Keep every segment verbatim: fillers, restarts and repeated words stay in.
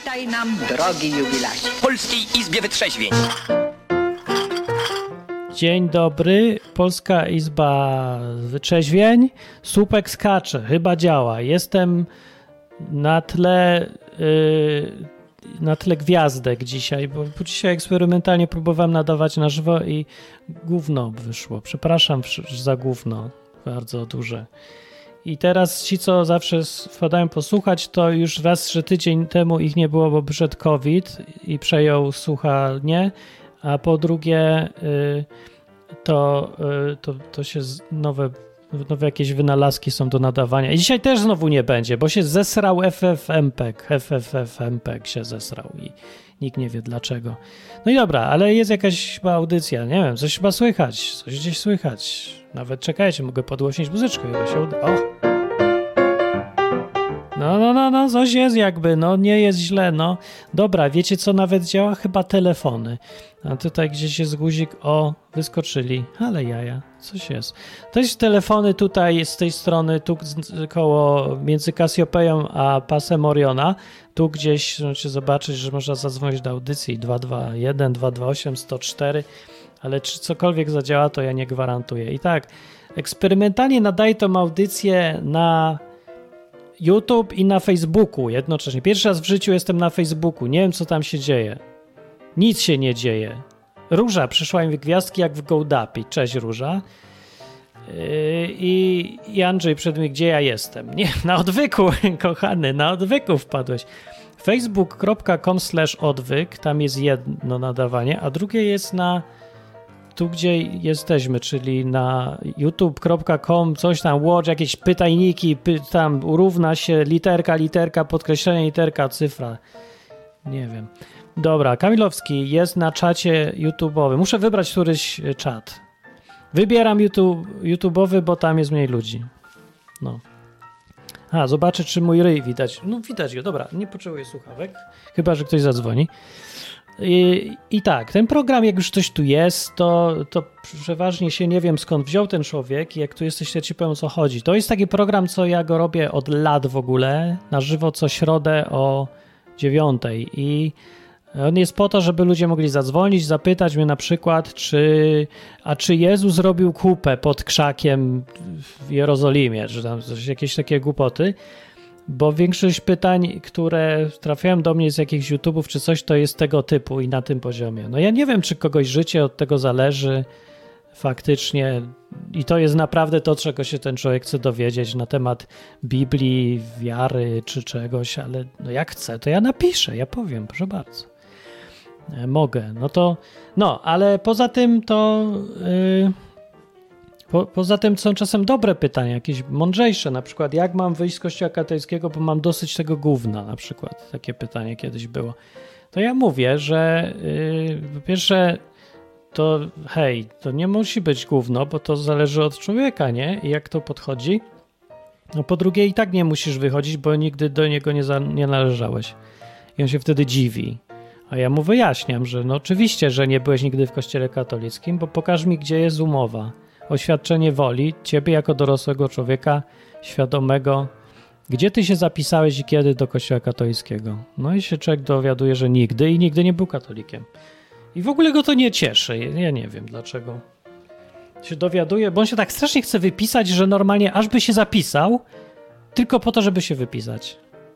Witaj nam, drogi jubilacie. W Polskiej Izbie Wytrzeźwień. Dzień dobry, Polska Izba Wytrzeźwień. Słupek skacze, chyba działa. Jestem na tle, yy, na tle gwiazdek dzisiaj, bo dzisiaj eksperymentalnie próbowałem nadawać na żywo i gówno wyszło. Przepraszam za gówno, bardzo duże. I teraz ci, co zawsze wpadają posłuchać, to już raz, że tydzień temu ich nie było, bo przyszedł COVID i przejął słuchanie, a po drugie y, to, y, to, to się nowe, nowe jakieś wynalazki są do nadawania. I dzisiaj też znowu nie będzie, bo się zesrał F F M P E G. F F F M P E G się zesrał i nikt nie wie dlaczego. No i dobra, ale jest jakaś chyba audycja, nie wiem, coś chyba słychać, coś gdzieś słychać. Nawet czekajcie, mogę podgłośnić muzyczkę, chyba się uda. O! No, no, no, no, coś jest jakby, no nie jest źle, no. Dobra, wiecie co nawet działa? Chyba telefony. A tutaj gdzieś jest guzik, o, wyskoczyli, ale jaja, coś jest. To jest telefony tutaj z tej strony, tu koło między Cassiopeią a pasem Oriona. Tu gdzieś możecie zobaczyć, że można zadzwonić do audycji dwa dwa jeden, dwa dwa osiem, sto cztery, ale czy cokolwiek zadziała, to ja nie gwarantuję. I tak, eksperymentalnie nadaję tą audycję na YouTube i na Facebooku jednocześnie. Pierwszy raz w życiu jestem na Facebooku. Nie wiem, co tam się dzieje. Nic się nie dzieje. Róża przyszła mi w gwiazdki jak w Gołdapi. Cześć, Róża. Yy, i, I Andrzej przed mnie, gdzie ja jestem? Nie, na odwyku, kochany, na odwyku wpadłeś. facebook kropka com slash odwyk, tam jest jedno nadawanie, a drugie jest na tu, gdzie jesteśmy, czyli na youtube kropka com, coś tam, watch, jakieś pytajniki, py, tam równa się literka, literka, podkreślenie, literka, cyfra. Nie wiem. Dobra, Kamilowski jest na czacie YouTube'owym. Muszę wybrać któryś czat. Wybieram YouTube, YouTube'owy, bo tam jest mniej ludzi. No. A, zobaczę, czy mój ryj widać. No widać go, dobra, nie potrzebuję słuchawek, chyba że ktoś zadzwoni. I, I tak, ten program, jak już ktoś tu jest, to, to przeważnie się nie wiem skąd wziął ten człowiek i jak tu jesteś, to ci powiem o co chodzi. To jest taki program, co ja go robię od lat w ogóle, na żywo co środę o dziewiątej i on jest po to, żeby ludzie mogli zadzwonić, zapytać mnie na przykład, czy, a czy Jezus zrobił kupę pod krzakiem w Jerozolimie, czy tam coś, jakieś takie głupoty. Bo większość pytań, które trafiają do mnie z jakichś YouTube'ów czy coś, to jest tego typu i na tym poziomie. No ja nie wiem, czy kogoś życie od tego zależy faktycznie i to jest naprawdę to, czego się ten człowiek chce dowiedzieć na temat Biblii, wiary czy czegoś, ale no jak chce, to ja napiszę, ja powiem, proszę bardzo. E, mogę, no to, no, ale poza tym to... Yy, Po, poza tym są czasem dobre pytania, jakieś mądrzejsze, na przykład jak mam wyjść z kościoła katolickiego, bo mam dosyć tego gówna, na przykład takie pytanie kiedyś było. To ja mówię, że yy, po pierwsze to hej, to nie musi być gówno, bo to zależy od człowieka, nie? I jak to podchodzi. No po drugie i tak nie musisz wychodzić, bo nigdy do niego nie, za, nie należałeś. I on się wtedy dziwi. A ja mu wyjaśniam, że no oczywiście, że nie byłeś nigdy w kościele katolickim, bo pokaż mi, gdzie jest umowa. Oświadczenie woli, ciebie jako dorosłego człowieka, świadomego, gdzie ty się zapisałeś i kiedy do kościoła katolickiego. No i się człowiek dowiaduje, że nigdy i nigdy nie był katolikiem. I w ogóle go to nie cieszy. Ja nie wiem dlaczego. Się dowiaduje, bo on się tak strasznie chce wypisać, że normalnie aż by się zapisał, tylko po to, żeby się wypisać.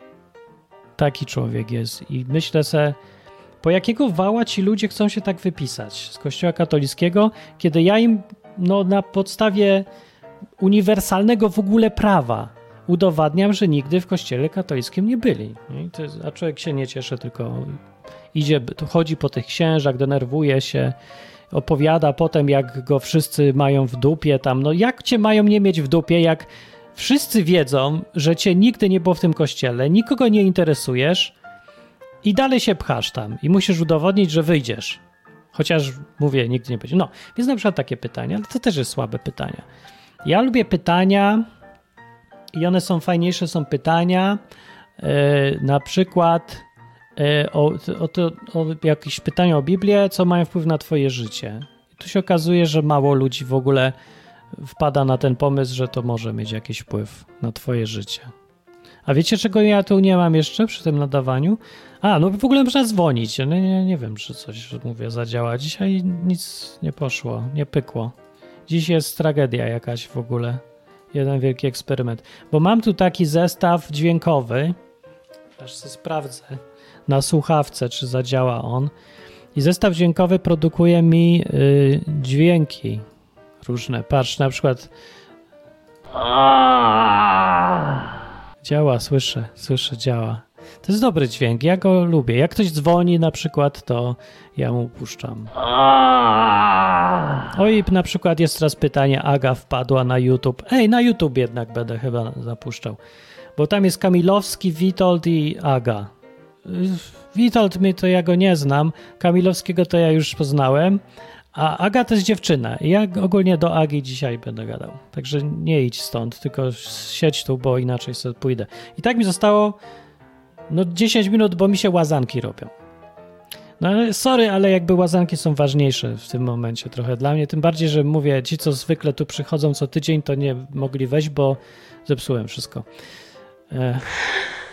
Taki człowiek jest. I myślę se, po jakiego wała ci ludzie chcą się tak wypisać z kościoła katolickiego, kiedy ja im no, na podstawie uniwersalnego w ogóle prawa udowadniam, że nigdy w kościele katolickim nie byli. I to jest, a człowiek się nie cieszy, tylko idzie, chodzi po tych księżach, denerwuje się, opowiada potem, jak go wszyscy mają w dupie tam. No jak cię mają nie mieć w dupie, jak wszyscy wiedzą, że cię nigdy nie było w tym kościele, nikogo nie interesujesz i dalej się pchasz tam i musisz udowodnić, że wyjdziesz. Chociaż, mówię, nigdy nie będzie. No, więc na przykład takie pytania, ale to też jest słabe pytania. Ja lubię pytania i one są fajniejsze, są pytania yy, na przykład yy, o, o, to, o jakieś pytania o Biblię, co mają wpływ na twoje życie. I tu się okazuje, że mało ludzi w ogóle wpada na ten pomysł, że to może mieć jakiś wpływ na twoje życie. A wiecie, czego ja tu nie mam jeszcze przy tym nadawaniu? A, no w ogóle można dzwonić. No, nie, nie wiem, czy coś, mówię, zadziała. Dzisiaj nic nie poszło, nie pykło. Dziś jest tragedia jakaś w ogóle. Jeden wielki eksperyment. Bo mam tu taki zestaw dźwiękowy. Aż sobie sprawdzę na słuchawce, czy zadziała on. I zestaw dźwiękowy produkuje mi y, dźwięki różne. Patrz, na przykład... Działa, słyszę, słyszę, działa. To jest dobry dźwięk, ja go lubię. Jak ktoś dzwoni na przykład, to ja mu puszczam. Oj, na przykład jest teraz pytanie, Aga wpadła na YouTube. Ej, na YouTube jednak będę chyba zapuszczał. Bo tam jest Kamilowski, Witold i Aga. Witold mi to ja go nie znam, Kamilowskiego to ja już poznałem, a Aga to jest dziewczyna. Ja ogólnie do Agi dzisiaj będę gadał. Także nie idź stąd, tylko siedź tu, bo inaczej sobie pójdę. I tak mi zostało no dziesięć minut, bo mi się łazanki robią. No ale sorry, ale jakby łazanki są ważniejsze w tym momencie trochę dla mnie. Tym bardziej, że mówię, ci co zwykle tu przychodzą co tydzień, to nie mogli wejść, bo zepsułem wszystko. Ech.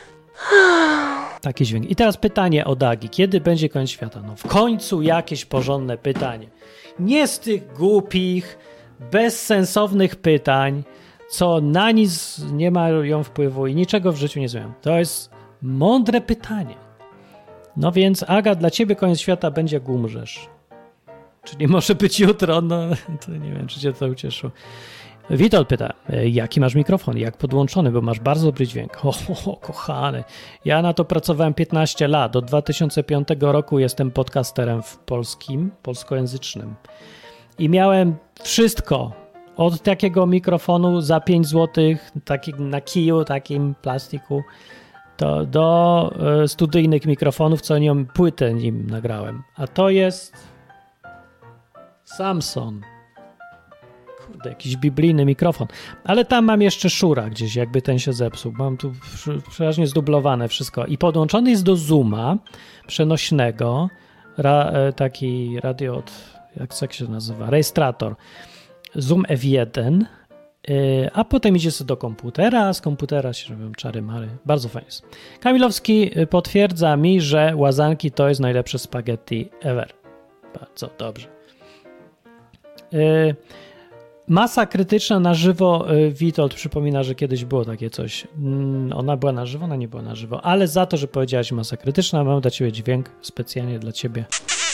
Taki dźwięk. I teraz pytanie od Agi. Kiedy będzie koniec świata? No w końcu jakieś porządne pytanie. Nie z tych głupich, bezsensownych pytań, co na nic nie mają wpływu i niczego w życiu nie zmienią. To jest mądre pytanie. No więc Aga, dla ciebie koniec świata będzie jak umrzesz. Czyli może być jutro, no to nie wiem, czy cię to ucieszyło. Witold pyta, jaki masz mikrofon, jak podłączony, bo masz bardzo dobry dźwięk. O, o, kochany, ja na to pracowałem piętnaście lat, od dwa tysiące piątego roku jestem podcasterem w polskim, polskojęzycznym i miałem wszystko, od takiego mikrofonu za pięć złotych, taki, na kiju, takim plastiku, to, do y, studyjnych mikrofonów, co nią płytę nim nagrałem, a to jest Samson. Kurde, jakiś biblijny mikrofon. Ale tam mam jeszcze Shura gdzieś, jakby ten się zepsuł. Mam tu przeważnie zdublowane wszystko. I podłączony jest do Zooma przenośnego, ra, taki radio od, jak, jak się nazywa, rejestrator. Zoom F jeden, yy, a potem idzie sobie do komputera, a z komputera się robią czary mary. Bardzo fajnie jest. Kamilowski potwierdza mi, że łazanki to jest najlepsze spaghetti ever. Bardzo dobrze. Yy, Masa krytyczna na żywo. Witold przypomina, że kiedyś było takie coś. Ona była na żywo, ona nie była na żywo, ale za to, że powiedziałaś masa krytyczna, mam dla ciebie dźwięk specjalnie dla ciebie.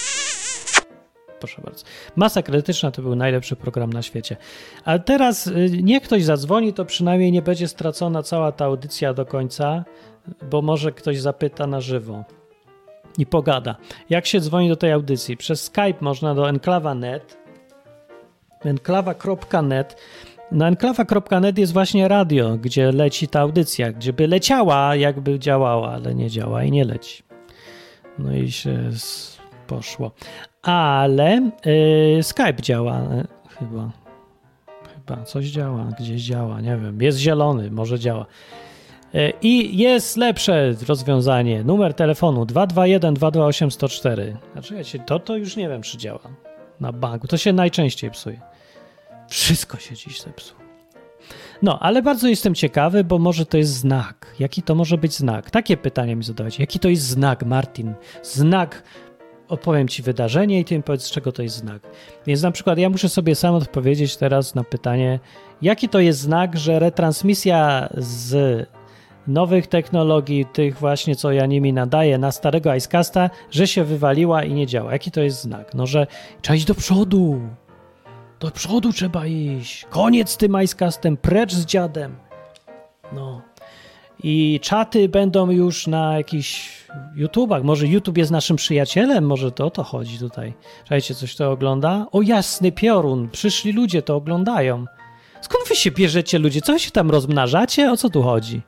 Proszę bardzo. Masa krytyczna to był najlepszy program na świecie. A teraz niech ktoś zadzwoni, to przynajmniej nie będzie stracona cała ta audycja do końca, bo może ktoś zapyta na żywo i pogada. Jak się dzwoni do tej audycji? Przez Skype można do enklawa kropka net. enklawa kropka net. Na enklawa kropka net jest właśnie radio, gdzie leci ta audycja, gdzie by leciała, jakby działała, ale nie działa i nie leci. No i się poszło. Ale yy, Skype działa yy, chyba. Chyba coś działa, gdzieś działa, nie wiem. Jest zielony, może działa. Yy, I jest lepsze rozwiązanie. Numer telefonu dwa dwa jeden dwa dwa osiem zero cztery. Znaczy, wiecie, to, to już nie wiem, czy działa. Na banku. To się najczęściej psuje. Wszystko się dziś zepsuło. No, ale bardzo jestem ciekawy, bo może to jest znak. Jaki to może być znak? Takie pytania mi zadawajcie. Jaki to jest znak, Martin? Znak, opowiem ci wydarzenie i ty mi powiedz, z czego to jest znak. Więc na przykład ja muszę sobie sam odpowiedzieć teraz na pytanie, jaki to jest znak, że retransmisja z nowych technologii, tych właśnie, co ja nimi nadaję, na starego Icecasta, że się wywaliła i nie działa. Jaki to jest znak? No, że trzeba iść do przodu. Do przodu trzeba iść. Koniec z tym Icecastem, precz z dziadem. No. I czaty będą już na jakichś YouTubach. Może YouTube jest naszym przyjacielem? Może to o to chodzi tutaj. Słuchajcie, coś to ogląda? O jasny piorun, przyszli ludzie to oglądają. Skąd wy się bierzecie, ludzie? Co wy się tam rozmnażacie? O co tu chodzi?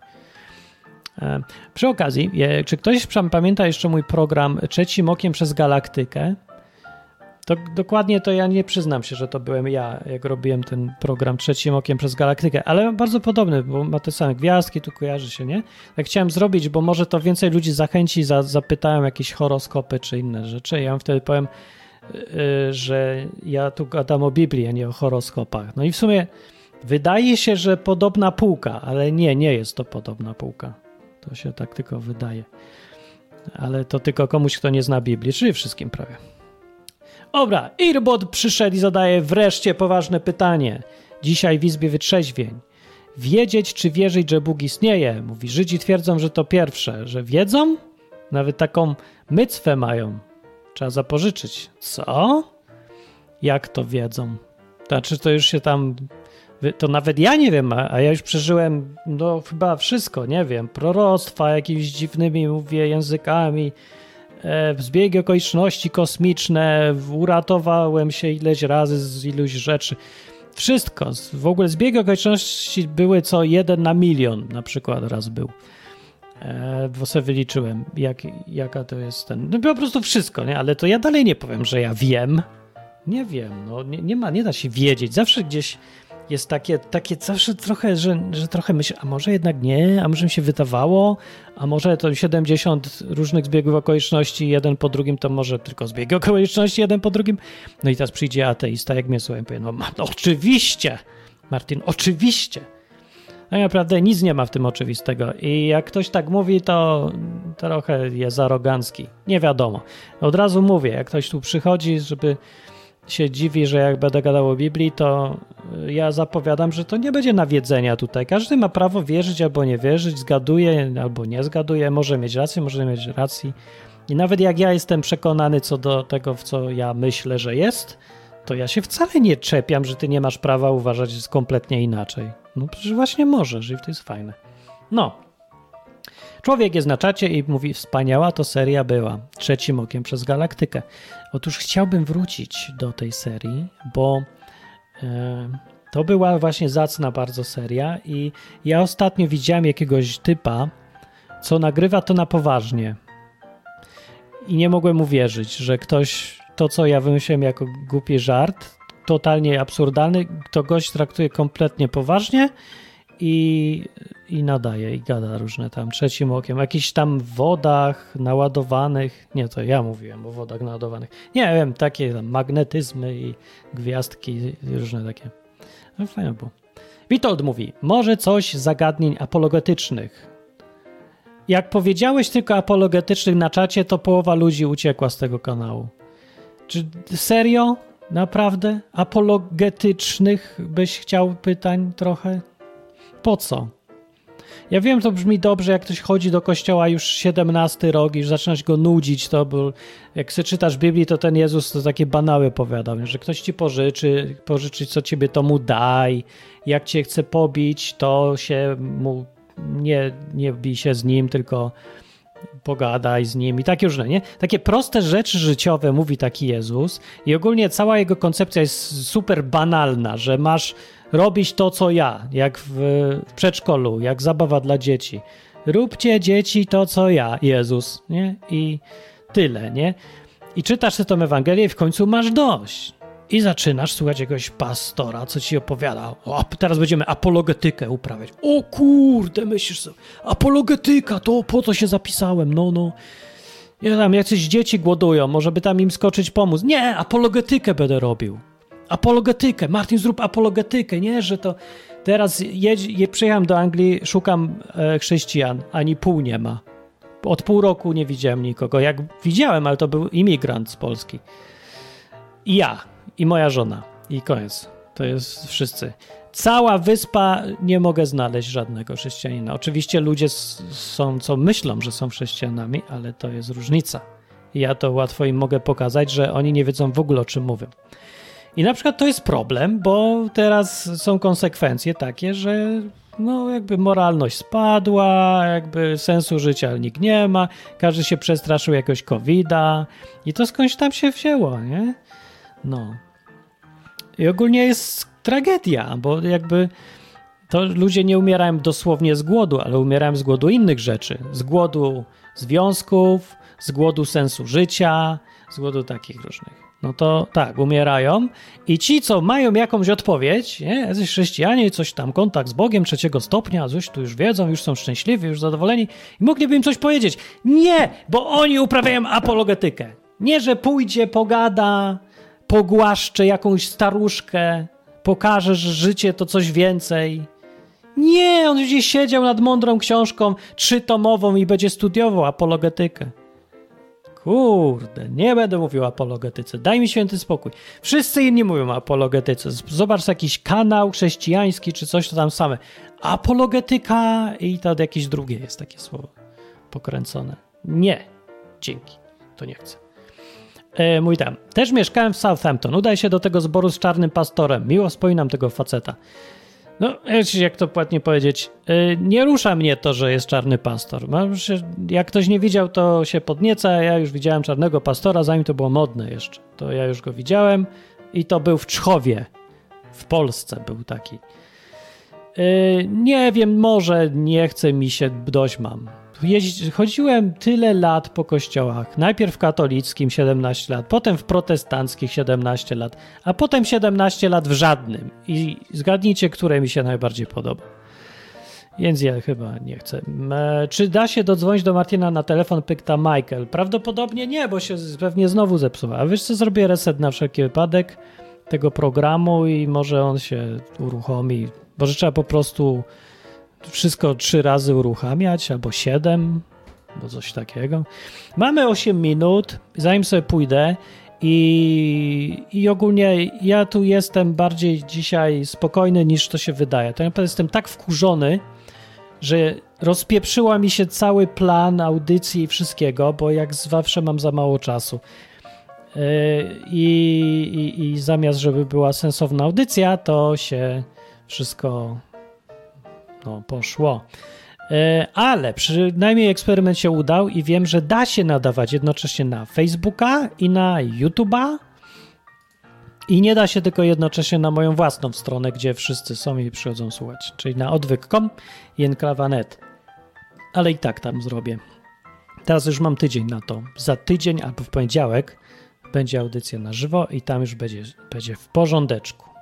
E, przy okazji, je, czy ktoś pamięta jeszcze mój program Trzecim Okiem przez Galaktykę? To dokładnie to ja nie przyznam się, że to byłem ja, jak robiłem ten program Trzecim Okiem przez Galaktykę, ale bardzo podobny, bo ma te same gwiazdki, tu kojarzy się, nie? Tak chciałem zrobić, bo może to więcej ludzi zachęci, za, zapytają jakieś horoskopy czy inne rzeczy. Ja wam wtedy powiem, yy, że ja tu gadam o Biblii, a nie o horoskopach. No i w sumie Wydaje się, że podobna półka, ale nie, nie jest to podobna półka. To się tak tylko wydaje. Ale to tylko komuś, kto nie zna Biblii, czyli wszystkim prawie. Dobra, Irbot przyszedł i zadaje wreszcie poważne pytanie. Dzisiaj w Izbie Wytrzeźwień. Wiedzieć czy wierzyć, że Bóg istnieje? Mówi, Żydzi twierdzą, że to pierwsze. Że wiedzą? Nawet taką mycwę mają. Trzeba zapożyczyć. Co? Jak to wiedzą? Znaczy to już się tam... To nawet ja nie wiem, a ja już przeżyłem no chyba wszystko, nie wiem. Proroctwa jakimiś dziwnymi, mówię, językami. E, zbiegi okoliczności kosmiczne. Uratowałem się ileś razy z iluś rzeczy. Wszystko. W ogóle zbiegi okoliczności były co jeden na milion na przykład raz był. E, bo sobie wyliczyłem, jak, jaka to jest ten... No po prostu wszystko, nie? Ale to ja dalej nie powiem, że ja wiem. Nie wiem, no nie, nie ma, nie da się wiedzieć. Zawsze gdzieś jest takie, takie zawsze trochę, że, że trochę myślę, a może jednak nie, a może mi się wydawało, a może to siedemdziesiąt różnych zbiegów okoliczności, jeden po drugim, to może tylko zbiegi okoliczności, jeden po drugim. No i teraz przyjdzie ateista, jak mnie słucha i powie, no, no oczywiście, Martin, oczywiście. Tak naprawdę nic nie ma w tym oczywistego i jak ktoś tak mówi, to trochę jest arogancki. Nie wiadomo. Od razu mówię, jak ktoś tu przychodzi, żeby się dziwi, że jak będę gadał o Biblii, to ja zapowiadam, że to nie będzie nawiedzenia tutaj. Każdy ma prawo wierzyć albo nie wierzyć, zgaduje albo nie zgaduje, może mieć rację, może nie mieć racji. I nawet jak ja jestem przekonany co do tego, w co ja myślę, że jest, to ja się wcale nie czepiam, że ty nie masz prawa uważać, że jest kompletnie inaczej. No przecież właśnie możesz i to jest fajne. No. Człowiek jest na czacie i mówi, wspaniała to seria była. Trzecim okiem przez galaktykę. Otóż chciałbym wrócić do tej serii, bo e, to była właśnie zacna bardzo seria i ja ostatnio widziałem jakiegoś typa, co nagrywa to na poważnie. I nie mogłem uwierzyć, że ktoś, to co ja wymyśliłem jako głupi żart, totalnie absurdalny, to gość traktuje kompletnie poważnie i, i nadaje, i gada różne tam trzecim okiem, o jakichś tam wodach naładowanych, nie, to ja mówiłem o wodach naładowanych, nie wiem, takie tam magnetyzmy i gwiazdki i różne takie. No fajnie było. Witold mówi, może coś z zagadnień apologetycznych. Jak powiedziałeś tylko apologetycznych na czacie, to połowa ludzi uciekła z tego kanału. Czy serio? Naprawdę? Apologetycznych byś chciał pytań trochę? Po co? Ja wiem, to brzmi dobrze, jak ktoś chodzi do kościoła już siedemnasty rok i już zaczynasz go nudzić, to bo jak sobie czytasz Biblię, to ten Jezus to takie banały opowiadał, że ktoś ci pożyczy, pożyczyć co ciebie, to mu daj. Jak cię chce pobić, to się mu nie, nie bij się z nim, tylko pogadaj z nim i takie różne, nie? Takie proste rzeczy życiowe mówi taki Jezus i ogólnie cała jego koncepcja jest super banalna, że masz robić to, co ja, jak w, w przedszkolu, jak zabawa dla dzieci. Róbcie dzieci to, co ja, Jezus, nie? I tyle, nie? I czytasz tę Ewangelię i w końcu masz dość. I zaczynasz słuchać jakiegoś pastora, co ci opowiada. O, teraz będziemy apologetykę uprawiać. O kurde, myślisz sobie, apologetyka, to po co się zapisałem, no, no. Ja tam jacyś dzieci głodują, może by tam im skoczyć pomóc. Nie, apologetykę będę robił. Apologetykę, Martin, zrób apologetykę, nie, że to... Teraz jedź, je, przyjechałem do Anglii, szukam e, chrześcijan, ani pół nie ma. Od pół roku nie widziałem nikogo. Jak widziałem, ale to był imigrant z Polski. I ja. I moja żona. I koniec. To jest wszyscy. Cała wyspa, nie mogę znaleźć żadnego chrześcijanina. Oczywiście ludzie są, co myślą, że są chrześcijanami, ale to jest różnica. I ja to łatwo im mogę pokazać, że oni nie wiedzą w ogóle, o czym mówią. I na przykład to jest problem, bo teraz są konsekwencje takie, że no jakby moralność spadła, jakby sensu życia nikt nie ma, każdy się przestraszył jakoś kowida i to skądś tam się wzięło, nie? No. I ogólnie jest tragedia, bo jakby to ludzie nie umierają dosłownie z głodu, ale umierają z głodu innych rzeczy. Z głodu związków, z głodu sensu życia, z głodu takich różnych. No to tak, umierają i ci, co mają jakąś odpowiedź, nie? Jacyś chrześcijanie, coś tam, kontakt z Bogiem trzeciego stopnia, coś tu już wiedzą, już są szczęśliwi, już zadowoleni i mogliby im coś powiedzieć. Nie, bo oni uprawiają apologetykę. Nie, że pójdzie, pogada, pogłaszcze jakąś staruszkę, pokaże, że życie to coś więcej. Nie, on gdzieś siedział nad mądrą książką trzytomową i będzie studiował apologetykę. Kurde, nie będę mówił o apologetyce. Daj mi święty spokój. Wszyscy inni mówią o apologetyce. Zobacz jakiś kanał chrześcijański czy coś, to tam same. Apologetyka i to jakieś drugie jest takie słowo pokręcone. Nie, dzięki, to nie chcę. E, mój tam. Też mieszkałem w Southampton. Udaj się do tego zboru z czarnym pastorem. Miło wspominam tego faceta. No, jak to ładnie powiedzieć, nie rusza mnie to, że jest czarny pastor. Jak ktoś nie widział, to się podnieca. Ja już widziałem czarnego pastora, zanim to było modne jeszcze. To ja już go widziałem i to był w Czchowie. W Polsce był taki. Nie wiem, może nie chce mi się, dość mam. Jeździ, chodziłem tyle lat po kościołach. Najpierw w katolickim siedemnaście lat, potem w protestanckich siedemnaście lat, a potem siedemnaście lat w żadnym. I zgadnijcie, które mi się najbardziej podoba. Więc ja chyba nie chcę. E, czy da się dodzwonić do Martina na telefon? Pyta Michael. Prawdopodobnie nie, bo się pewnie znowu zepsuła. A wiesz co, zrobię reset na wszelki wypadek tego programu i może on się uruchomi. Może trzeba po prostu wszystko trzy razy uruchamiać, albo siedem, albo coś takiego. Mamy osiem minut, zanim sobie pójdę i, i ogólnie ja tu jestem bardziej dzisiaj spokojny niż to się wydaje. To naprawdę jestem tak wkurzony, że rozpieprzyła mi się cały plan audycji i wszystkiego, bo jak zawsze mam za mało czasu. Yy, i, i zamiast, żeby była sensowna audycja, to się wszystko no, poszło. Yy, ale przynajmniej eksperyment się udał i wiem, że da się nadawać jednocześnie na Facebooka i na YouTube'a i nie da się tylko jednocześnie na moją własną stronę, gdzie wszyscy są i przychodzą słuchać, czyli na odwyk kropka com i enklawa kropka net. Ale i tak tam zrobię. Teraz już mam tydzień na to. Za tydzień albo w poniedziałek będzie audycja na żywo i tam już będzie, będzie w porządeczku.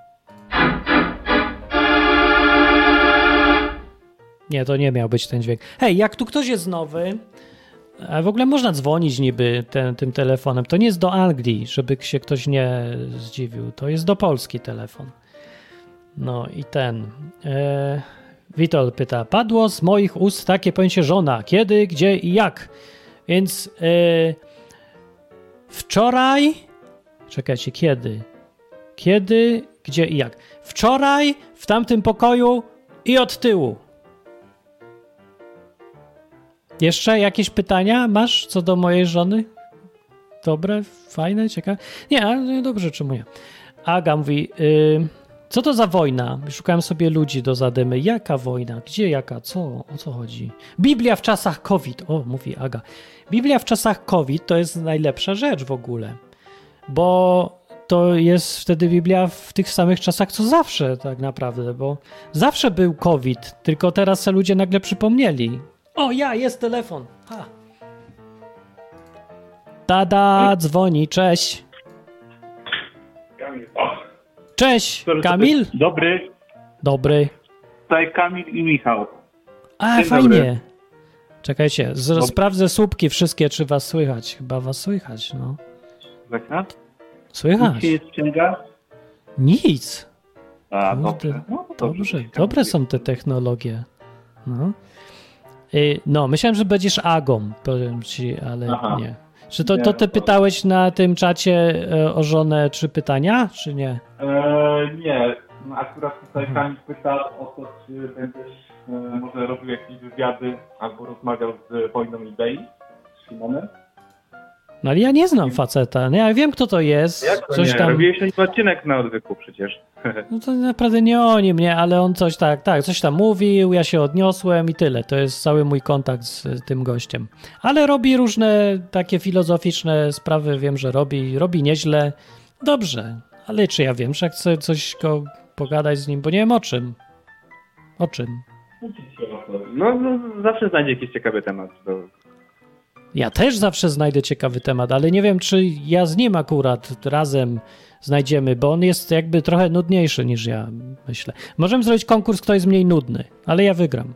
Nie, to nie miał być ten dźwięk. Hej, jak tu ktoś jest nowy, a w ogóle można dzwonić niby ten, tym telefonem. To nie jest do Anglii, żeby się ktoś nie zdziwił. To jest do Polski telefon. No i ten... E, Witold pyta, padło z moich ust takie pojęcie żona. Kiedy, gdzie i jak? Więc e, wczoraj... Czekajcie, kiedy? Kiedy, gdzie i jak? Wczoraj w tamtym pokoju i od tyłu. Jeszcze jakieś pytania masz co do mojej żony? Dobre, fajne, ciekawe? Nie, ale dobrze, czemu nie? Aga mówi, yy, co to za wojna? Szukałem sobie ludzi do zadymy. Jaka wojna? Gdzie jaka? Co? O co chodzi? Biblia w czasach COVID. O, mówi Aga. Biblia w czasach COVID to jest najlepsza rzecz w ogóle, bo to jest wtedy Biblia w tych samych czasach, co zawsze tak naprawdę, bo zawsze był COVID, tylko teraz se ludzie nagle przypomnieli. O, ja, jest telefon. Ha. Tada, dzwoni, cześć. Cześć, Kamil? Dobry. Dobry. Tutaj Kamil i Michał. A, Dzień fajnie. dobry. Czekajcie, z, Dob- sprawdzę słupki wszystkie, czy was słychać. Chyba was słychać, no. Słychać? Słychać. Nic się nie ściąga? Nic. A, Kurde, dobrze. No, to Dobrze, dobrze. dobre są te technologie. No. Y, no, myślałem, że będziesz Agą, powiem ci, ale Aha. nie. Czy to, Nie, to ty no to- pytałeś na tym czacie e, o żonę trzy pytania, czy nie? E, nie, no, akurat tutaj Mhm. Kamil pytał o to, czy będziesz e, może robił jakieś wywiady albo rozmawiał z Wojną Idei, z Simonem. No ale ja nie znam faceta, nie? Ja wiem, kto to jest. Jak to coś nie? tam. Robiłeś ten odcinek na odwyku przecież. No to naprawdę nie o nim, nie, ale on coś tak, tak, coś tam mówił, ja się odniosłem i tyle. To jest cały mój kontakt z tym gościem. Ale robi różne takie filozoficzne sprawy, wiem, że robi, robi nieźle. Dobrze, ale czy ja wiem, że chcę coś go pogadać z nim, bo nie wiem o czym. O czym? No, no zawsze znajdzie jakiś ciekawy temat. To... Ja też zawsze znajdę ciekawy temat, ale nie wiem, czy ja z nim akurat razem znajdziemy, bo on jest jakby trochę nudniejszy niż ja, myślę. Możemy zrobić konkurs, kto jest mniej nudny, ale ja wygram.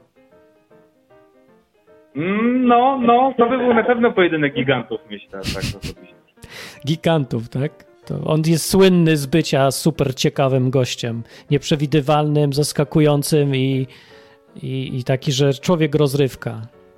Mm, No, no, to by był na pewno pojedynek gigantów, myślę, tak osobiście. Gigantów, tak? To on jest słynny z bycia super ciekawym gościem, nieprzewidywalnym, zaskakującym i, i, i taki, że człowiek rozrywka.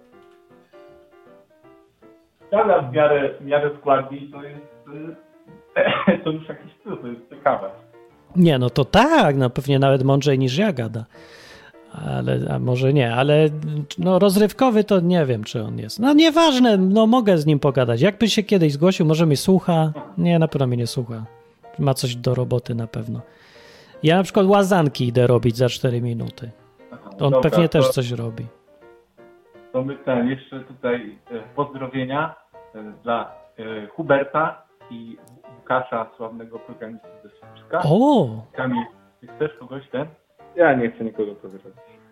Skala w miarę, w miarę składni to jest y, to już jakiś plus, to jest ciekawe. Nie, no to tak, no pewnie nawet mądrzej niż ja gada. Ale, a może nie, ale no rozrywkowy to nie wiem, czy on jest. No nieważne, no mogę z nim pogadać. Jakby się kiedyś zgłosił, może mnie słucha. Nie, na pewno mnie nie słucha. Ma coś do roboty na pewno. Ja na przykład łazanki idę robić za cztery minuty. On Dobra, pewnie to, też coś robi. To my ten, jeszcze tutaj e, pozdrowienia e, dla e, Huberta i Łukasza, sławnego programisty ze Słupska. O! Kamil, ty chcesz kogoś ten? Ja nie chcę nikogo pozdrawiać.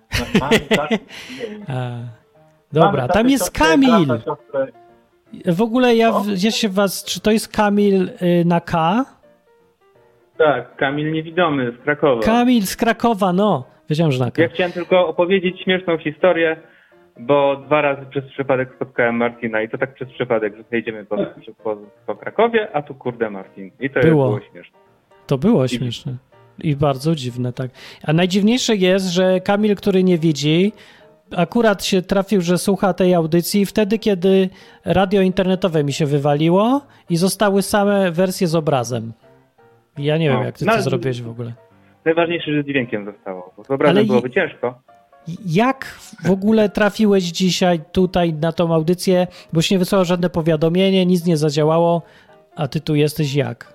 A, dobra, tam jest Kamil. W ogóle ja, ja się was... Czy to jest Kamil y, na K? Tak, Kamil Niewidomy z Krakowa. Kamil z Krakowa, no. Wiedziałem, że na K. Ja chciałem tylko opowiedzieć śmieszną historię, bo dwa razy przez przypadek spotkałem Martina i to tak przez przypadek, że jedziemy po, po, po Krakowie, a tu kurde Martin. I to Było. było śmieszne. To było śmieszne. I bardzo dziwne, tak. A najdziwniejsze jest, że Kamil, który nie widzi, akurat się trafił, że słucha tej audycji wtedy, kiedy radio internetowe mi się wywaliło i zostały same wersje z obrazem. Ja nie No, wiem, jak ty no, to zrobiłeś w ogóle. Najważniejsze, że z dźwiękiem zostało, bo z obrazem Ale byłoby i- ciężko. Jak w ogóle trafiłeś dzisiaj tutaj na tą audycję, boś nie wysłał żadne powiadomienie, nic nie zadziałało, a ty tu jesteś jak?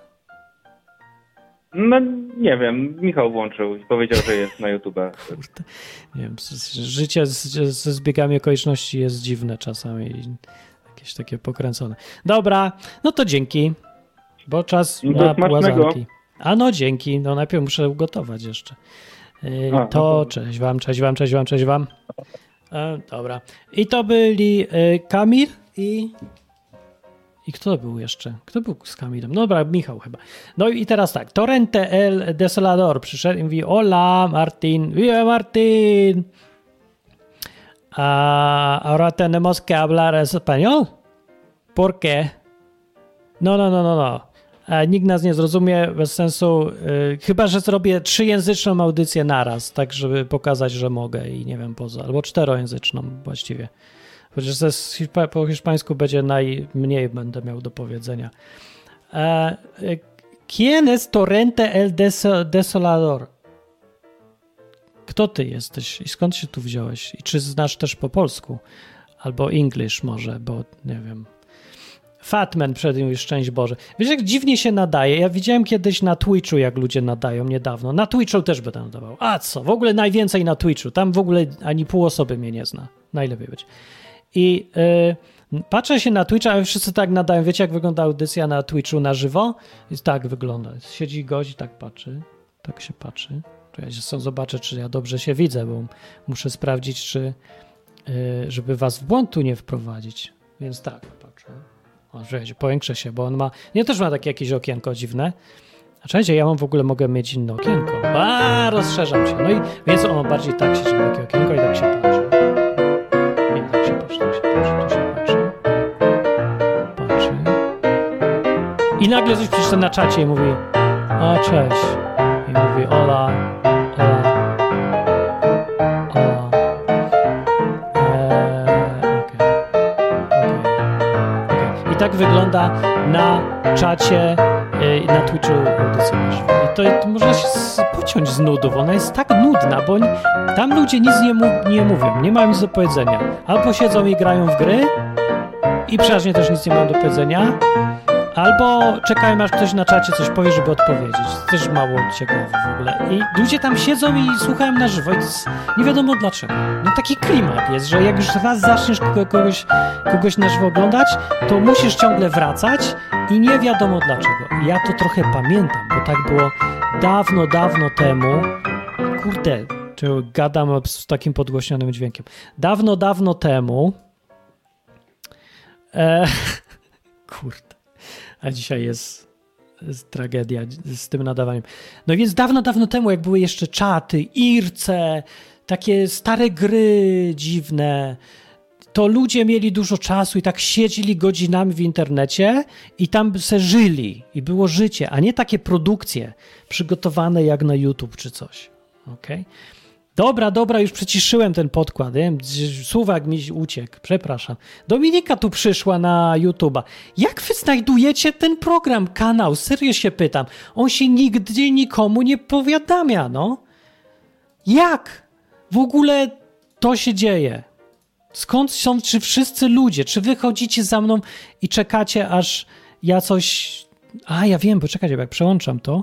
No nie wiem, Michał włączył i powiedział, że jest na YouTube. Kurde, nie wiem, z- z- życie z- z- ze zbiegami okoliczności jest dziwne czasami, jakieś takie pokręcone. Dobra, no to dzięki, bo czas No na smacznego. łazanki. A no dzięki, no najpierw muszę ugotować jeszcze. Yy, A, no to to- cześć wam, cześć wam, cześć wam, cześć wam. E, dobra. I to byli e, Kamil i... I kto był jeszcze? Kto był z Kamilem? No dobra, Michał chyba. No i teraz tak. Torrente el Desolador przyszedł i mówi: Hola, Martin. Viva Martin. Ah, ahora tenemos que hablar español. ¿Por qué? No, no, no, no, no. A nikt nas nie zrozumie, bez sensu. Yy, chyba, że zrobię trzyjęzyczną audycję naraz, tak żeby pokazać, że mogę i nie wiem, poza. Albo czterojęzyczną właściwie. Chociaż ze hiszpa- po hiszpańsku będzie najmniej będę miał do powiedzenia. E, e, ¿Quién es Torrente el Deso- Desolador? Kto ty jesteś i skąd się tu wziąłeś? I czy znasz też po polsku? Albo English może, bo nie wiem. Fatman przed nim już szczęść Boże. Wiesz, jak dziwnie się nadaje? Ja widziałem kiedyś na Twitchu, jak ludzie nadają niedawno. Na Twitchu też będę nadawał. A co? W ogóle najwięcej na Twitchu. Tam w ogóle ani pół osoby mnie nie zna. Najlepiej być. I y, patrzę się na Twitcha, a wszyscy tak nadają. Wiecie, jak wygląda audycja na Twitchu na żywo? I tak wygląda. Siedzi gość i tak patrzy. Tak się patrzy. To ja się sam zobaczę, czy ja dobrze się widzę, bo muszę sprawdzić, czy y, żeby was w błąd tu nie wprowadzić. Więc tak, patrzę. O, czekajcie, powiększę się, bo on ma... Nie, też ma takie jakieś okienko dziwne. A czekajcie, ja mam w ogóle mogę mieć inne okienko. A, rozszerzam się. No i więc ono bardziej tak się, żeby takie okienko i tak się patrzy. Nie, tak się patrzy, tak się patrzy, tu się patrzy. Patrzy. I nagle coś przeczyta na czacie i mówi: o, cześć. I mówi: ola, ola, ola. Eee, okej. Okej. I tak wygląda na czacie yy, na Twitchu audycja na żywo. I to, to można się z, pociąć z nudów. Ona jest tak nudna, bo oni, tam ludzie nic nie, mu, nie mówią, nie mają nic do powiedzenia. Albo siedzą i grają w gry i przeważnie też nic nie mają do powiedzenia, albo czekają, aż ktoś na czacie coś powie, żeby odpowiedzieć. To też mało ciekawe w ogóle. I ludzie tam siedzą i słuchają na żywo i to jest, nie wiadomo dlaczego. No taki klimat jest, że jak już raz zaczniesz kogoś, kogoś na żywo oglądać, to musisz ciągle wracać i nie wiadomo dlaczego. I ja to trochę pamiętam, bo tak było dawno, dawno temu. Kurde, czy gadam z takim podgłośnionym dźwiękiem. Dawno, dawno temu e, kurde. A dzisiaj jest, jest tragedia z tym nadawaniem. No więc dawno, dawno temu, jak były jeszcze czaty, irce, takie stare gry dziwne, to ludzie mieli dużo czasu i tak siedzieli godzinami w internecie i tam se żyli i było życie, a nie takie produkcje przygotowane jak na YouTube czy coś. Okay? Dobra, dobra, już przyciszyłem ten podkład. Nie? Słówek mi uciekł, przepraszam. Dominika tu przyszła na YouTube'a. Jak wy znajdujecie ten program, kanał? Serio się pytam. On się nigdy nikomu nie powiadamia, no. Jak w ogóle to się dzieje? Skąd są, czy wszyscy ludzie, czy wy chodzicie za mną i czekacie, aż ja coś... A, ja wiem, bo czekajcie, bo jak przełączam to,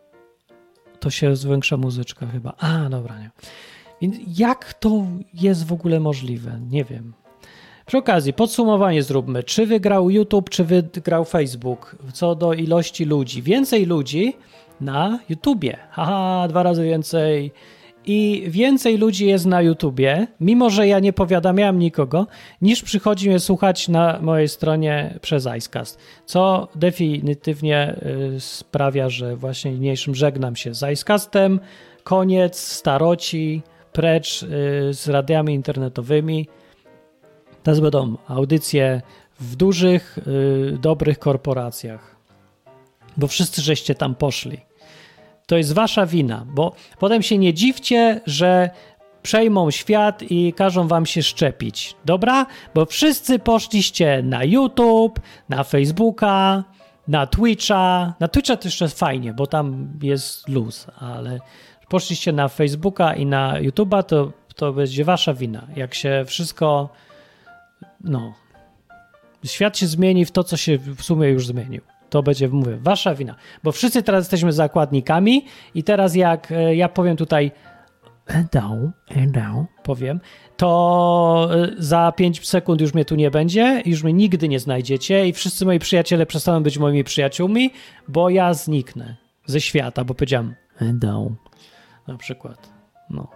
to się zwiększa muzyczka chyba. A, dobra, nie. Więc jak to jest w ogóle możliwe? Nie wiem. Przy okazji, podsumowanie zróbmy. Czy wygrał YouTube, czy wygrał Facebook? Co do ilości ludzi. Więcej ludzi na YouTubie. Haha, dwa razy więcej. I więcej ludzi jest na YouTubie, mimo że ja nie powiadamiałem nikogo, niż przychodzi mnie słuchać na mojej stronie przez Icecast, co definitywnie y, sprawia, że właśnie niniejszym żegnam się z Icecastem, koniec, staroci, precz y, z radiami internetowymi. Teraz będą audycje w dużych, y, dobrych korporacjach, bo wszyscy żeście tam poszli. To jest wasza wina, bo potem się nie dziwcie, że przejmą świat i każą wam się szczepić. Dobra? Bo wszyscy poszliście na YouTube, na Facebooka, na Twitcha. Na Twitcha to jeszcze fajnie, bo tam jest luz, ale poszliście na Facebooka i na YouTube'a, to, to będzie wasza wina. Jak się wszystko... No... Świat się zmieni w to, co się w sumie już zmienił. To będzie, mówię, wasza wina. Bo wszyscy teraz jesteśmy zakładnikami i teraz jak ja powiem tutaj and down, and down, powiem, to za pięć sekund już mnie tu nie będzie, już mnie nigdy nie znajdziecie i wszyscy moi przyjaciele przestaną być moimi przyjaciółmi, bo ja zniknę ze świata, bo powiedziałem and down. Na przykład. No.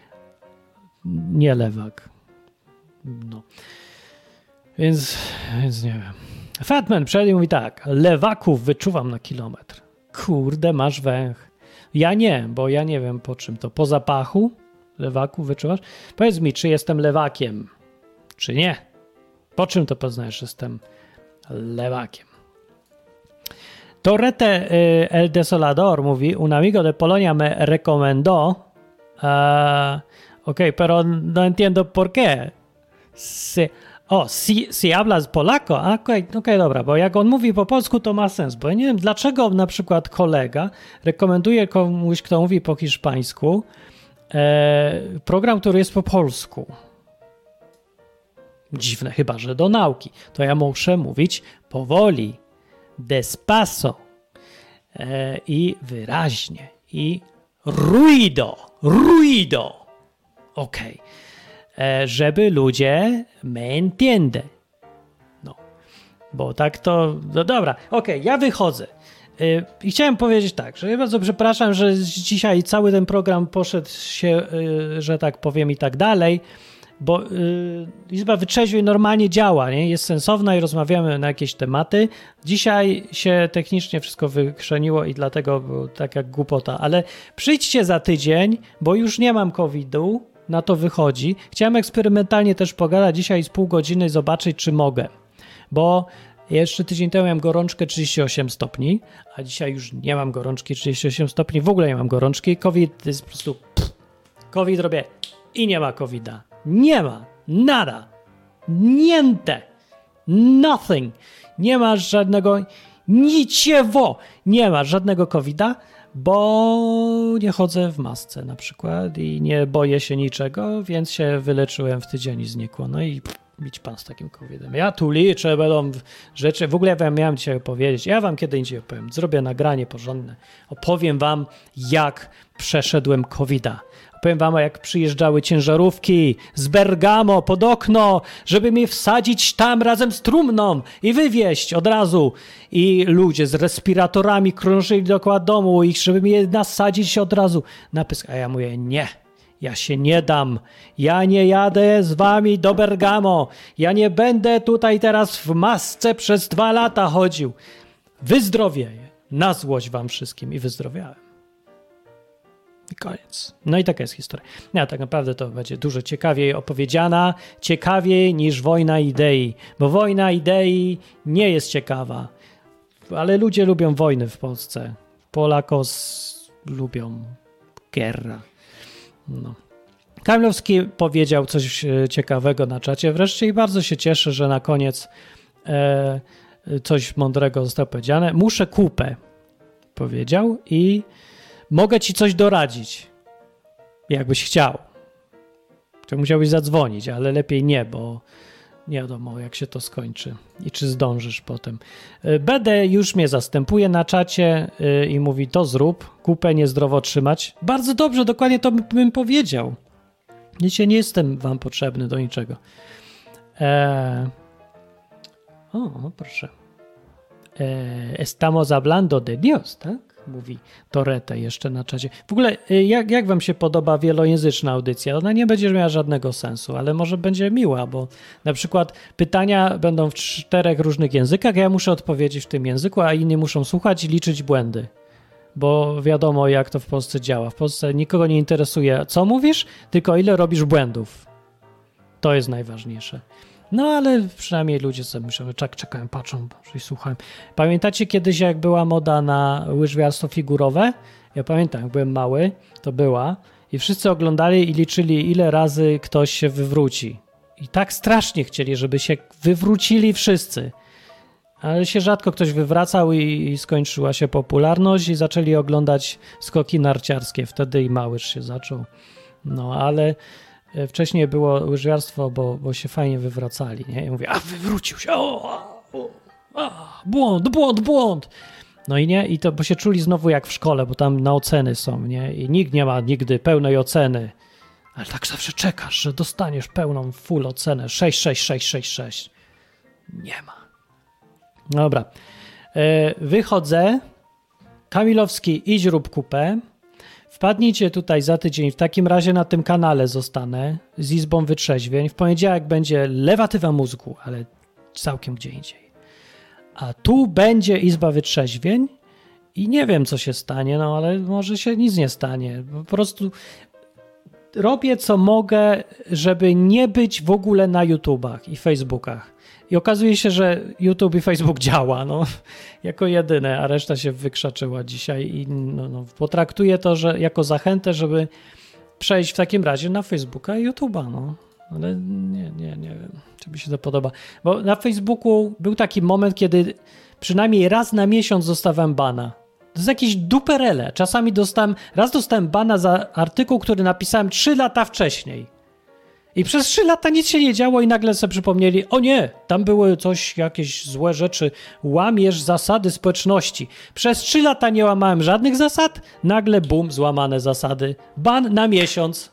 Nie lewak. No. Więc, więc nie wiem. Fatman przed mówi tak, lewaków wyczuwam na kilometr. Kurde, masz węch. Ja nie, bo ja nie wiem po czym to. Po zapachu lewaków wyczuwasz? Powiedz mi, czy jestem lewakiem, czy nie? Po czym to poznajesz, że jestem lewakiem? Torrete y, El Desolador mówi, un amigo de Polonia me recomendó, uh, ok, pero no entiendo por qué. Se... O, si, si hablas polako, okej, okay, okay, dobra, bo jak on mówi po polsku, to ma sens, bo ja nie wiem, dlaczego na przykład kolega rekomenduje komuś, kto mówi po hiszpańsku, e, program, który jest po polsku. Dziwne, chyba że do nauki. To ja muszę mówić powoli, despacio e, i wyraźnie, i ruido, ruido, okej. Okay. Żeby ludzie me entiende. No, bo tak to... No dobra, okej, okay, ja wychodzę. Yy, I chciałem powiedzieć tak, że ja bardzo przepraszam, że dzisiaj cały ten program poszedł się, yy, że tak powiem i tak dalej, bo yy, Izba Wytrzeźwień normalnie działa, nie? Jest sensowna i rozmawiamy na jakieś tematy. Dzisiaj się technicznie wszystko wykrzeniło i dlatego było tak jak głupota, ale przyjdźcie za tydzień, bo już nie mam kowida. Na to wychodzi. Chciałem eksperymentalnie też pogadać dzisiaj z pół godziny i zobaczyć, czy mogę. Bo jeszcze tydzień temu miałem gorączkę trzydzieści osiem stopni, a dzisiaj już nie mam gorączki trzydzieści osiem stopni, w ogóle nie mam gorączki. COVID jest po prostu... Pff, COVID robię i nie ma kowida. Nie ma. Nada. Niente. Nothing. Nie ma żadnego... Niciewo. Nie ma żadnego kowida, bo nie chodzę w masce na przykład i nie boję się niczego, więc się wyleczyłem w tydzień i znikło. No i bić pan z takim covidem. Ja tu liczę, będą rzeczy, w ogóle ja wam miałem dzisiaj opowiedzieć, ja wam kiedy indziej opowiem, zrobię nagranie porządne, opowiem wam jak przeszedłem covida. Powiem wam, jak przyjeżdżały ciężarówki z Bergamo pod okno, żeby mnie wsadzić tam razem z trumną i wywieźć od razu. I ludzie z respiratorami krążyli dookoła domu i żeby mnie nasadzić od razu na pysk. A ja mówię, nie, ja się nie dam. Ja nie jadę z wami do Bergamo. Ja nie będę tutaj teraz w masce przez dwa lata chodził. Wyzdrowieję. Na złość wam wszystkim i wyzdrowiałem. I koniec. No i taka jest historia. No, tak naprawdę to będzie dużo ciekawiej opowiedziana, ciekawiej niż Wojna idei, bo Wojna idei nie jest ciekawa, ale ludzie lubią wojny w Polsce. Polakos lubią guerra. No. Kamilowski powiedział coś ciekawego na czacie wreszcie i bardzo się cieszę, że na koniec e, coś mądrego zostało powiedziane. Muszę kupę, powiedział, i mogę ci coś doradzić, jakbyś chciał. To musiałbyś zadzwonić, ale lepiej nie, bo nie wiadomo, jak się to skończy i czy zdążysz potem. B D już mnie zastępuje na czacie i mówi, to zrób, kupę niezdrowo trzymać. Bardzo dobrze, dokładnie to bym powiedział. Dzisiaj nie jestem wam potrzebny do niczego. Eee... O, proszę. Eee, estamos hablando de Dios, tak? Mówi Torete jeszcze na czacie. W ogóle, jak, jak wam się podoba wielojęzyczna audycja? Ona nie będzie miała żadnego sensu, ale może będzie miła, bo na przykład pytania będą w czterech różnych językach, ja muszę odpowiedzieć w tym języku, a inni muszą słuchać i liczyć błędy. Bo wiadomo, jak to w Polsce działa. W Polsce nikogo nie interesuje, co mówisz, tylko ile robisz błędów. To jest najważniejsze. No, ale przynajmniej ludzie sobie myślą, czek, czekają, patrzą i słuchają. Pamiętacie kiedyś, jak była moda na łyżwiarstwo figurowe? Ja pamiętam, jak byłem mały, to była. I wszyscy oglądali i liczyli, ile razy ktoś się wywróci. I tak strasznie chcieli, żeby się wywrócili wszyscy. Ale się rzadko ktoś wywracał i, i skończyła się popularność i zaczęli oglądać skoki narciarskie. Wtedy i małyż się zaczął. No, ale wcześniej było łyżwiarstwo, bo, bo się fajnie wywracali, nie? I mówię, a wywrócił się, o, o, a, błąd, błąd, błąd. No i nie, i to, bo się czuli znowu jak w szkole, bo tam na oceny są, nie? I nikt nie ma nigdy pełnej oceny. Ale tak zawsze czekasz, że dostaniesz pełną full ocenę. sześć, sześć, sześć, sześć, sześć. Nie ma. Dobra. Wychodzę. Kamilowski, idź rób kupę. Wpadnijcie tutaj za tydzień. W takim razie na tym kanale zostanę z Izbą Wytrzeźwień. W poniedziałek będzie lewatywa mózgu, ale całkiem gdzie indziej. A tu będzie Izba Wytrzeźwień i nie wiem, co się stanie, no ale może się nic nie stanie. Po prostu robię, co mogę, żeby nie być w ogóle na YouTubach i Facebookach. I okazuje się, że YouTube i Facebook działa, no, jako jedyne, a reszta się wykrzaczyła dzisiaj i no, no, potraktuję to, że jako zachętę, żeby przejść w takim razie na Facebooka i YouTube'a, no. Ale nie, nie, nie wiem, czy mi się to podoba. Bo na Facebooku był taki moment, kiedy przynajmniej raz na miesiąc dostawałem bana. To jest jakieś duperele. Czasami dostałem, raz dostałem bana za artykuł, który napisałem trzy lata wcześniej. I przez trzy lata nic się nie działo i nagle sobie przypomnieli, o nie, tam były coś, jakieś złe rzeczy, łamiesz zasady społeczności. Przez trzy lata nie łamałem żadnych zasad, nagle bum, złamane zasady. Ban na miesiąc.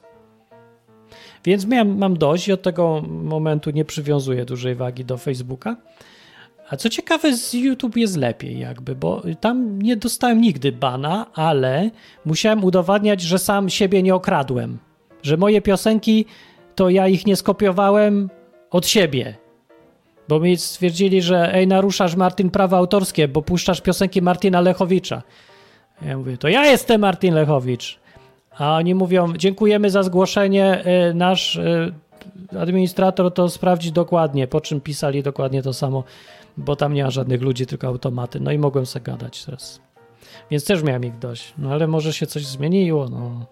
Więc miałem, mam dość i od tego momentu nie przywiązuję dużej wagi do Facebooka. A co ciekawe, z YouTube jest lepiej jakby, bo tam nie dostałem nigdy bana, ale musiałem udowadniać, że sam siebie nie okradłem. Że moje piosenki to ja ich nie skopiowałem od siebie. Bo mi stwierdzili, że ej, naruszasz, Martin, prawa autorskie, bo puszczasz piosenki Martina Lechowicza. Ja mówię, to ja jestem Martin Lechowicz. A oni mówią, dziękujemy za zgłoszenie, nasz administrator to sprawdzi dokładnie, po czym pisali dokładnie to samo, bo tam nie ma żadnych ludzi, tylko automaty. No i mogłem sobie gadać teraz. Więc też miałem ich dość. No ale może się coś zmieniło, no.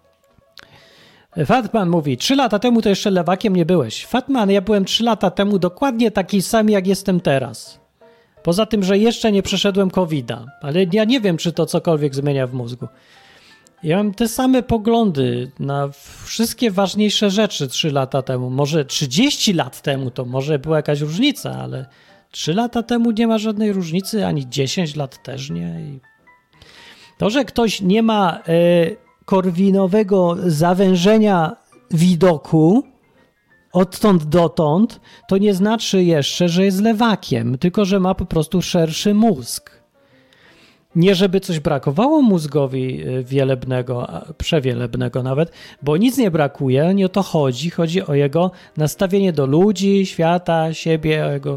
Fatman mówi, trzy lata temu to jeszcze lewakiem nie byłeś. Fatman, ja byłem trzy lata temu dokładnie taki sam, jak jestem teraz. Poza tym, że jeszcze nie przeszedłem kowida, ale ja nie wiem, czy to cokolwiek zmienia w mózgu. Ja mam te same poglądy na wszystkie ważniejsze rzeczy trzy lata temu. Może trzydzieści lat temu to może była jakaś różnica, ale trzy lata temu nie ma żadnej różnicy, ani dziesięć lat też nie. I to, że ktoś nie ma y, korwinowego zawężenia widoku odtąd dotąd, to nie znaczy jeszcze, że jest lewakiem, tylko że ma po prostu szerszy mózg. Nie żeby coś brakowało mózgowi wielebnego, przewielebnego nawet, bo nic nie brakuje, nie o to chodzi. Chodzi o jego nastawienie do ludzi, świata, siebie, o jego